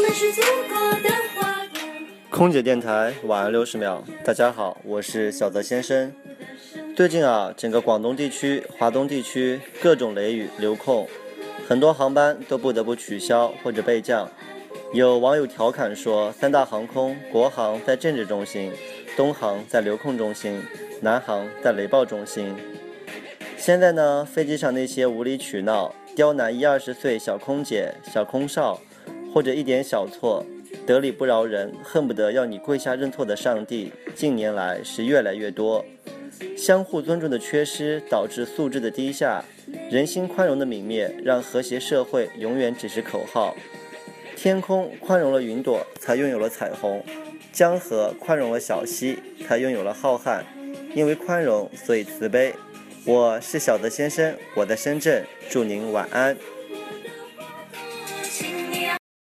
们是祖国的花朵。 空姐电台晚安60秒，大家好，我是小泽先生。最近整个广东地区、华东地区各种雷雨流控，很多航班都不得不取消或者备降。有网友调侃说，三大航空，国航在政治中心，东航在流控中心，南航在雷暴中心。现在呢，飞机上那些无理取闹、刁难20-20岁小空姐、小空少，或者一点小错得理不饶人，恨不得要你跪下认错的上帝，近年来是越来越多。相互尊重的缺失导致素质的低下，人心宽容的泯灭让和谐社会永远只是口号。天空宽容了云朵，才拥有了彩虹；江河宽容了小溪，才拥有了浩瀚。因为宽容，所以慈悲。我是小泽先生，我在深圳，祝您晚安。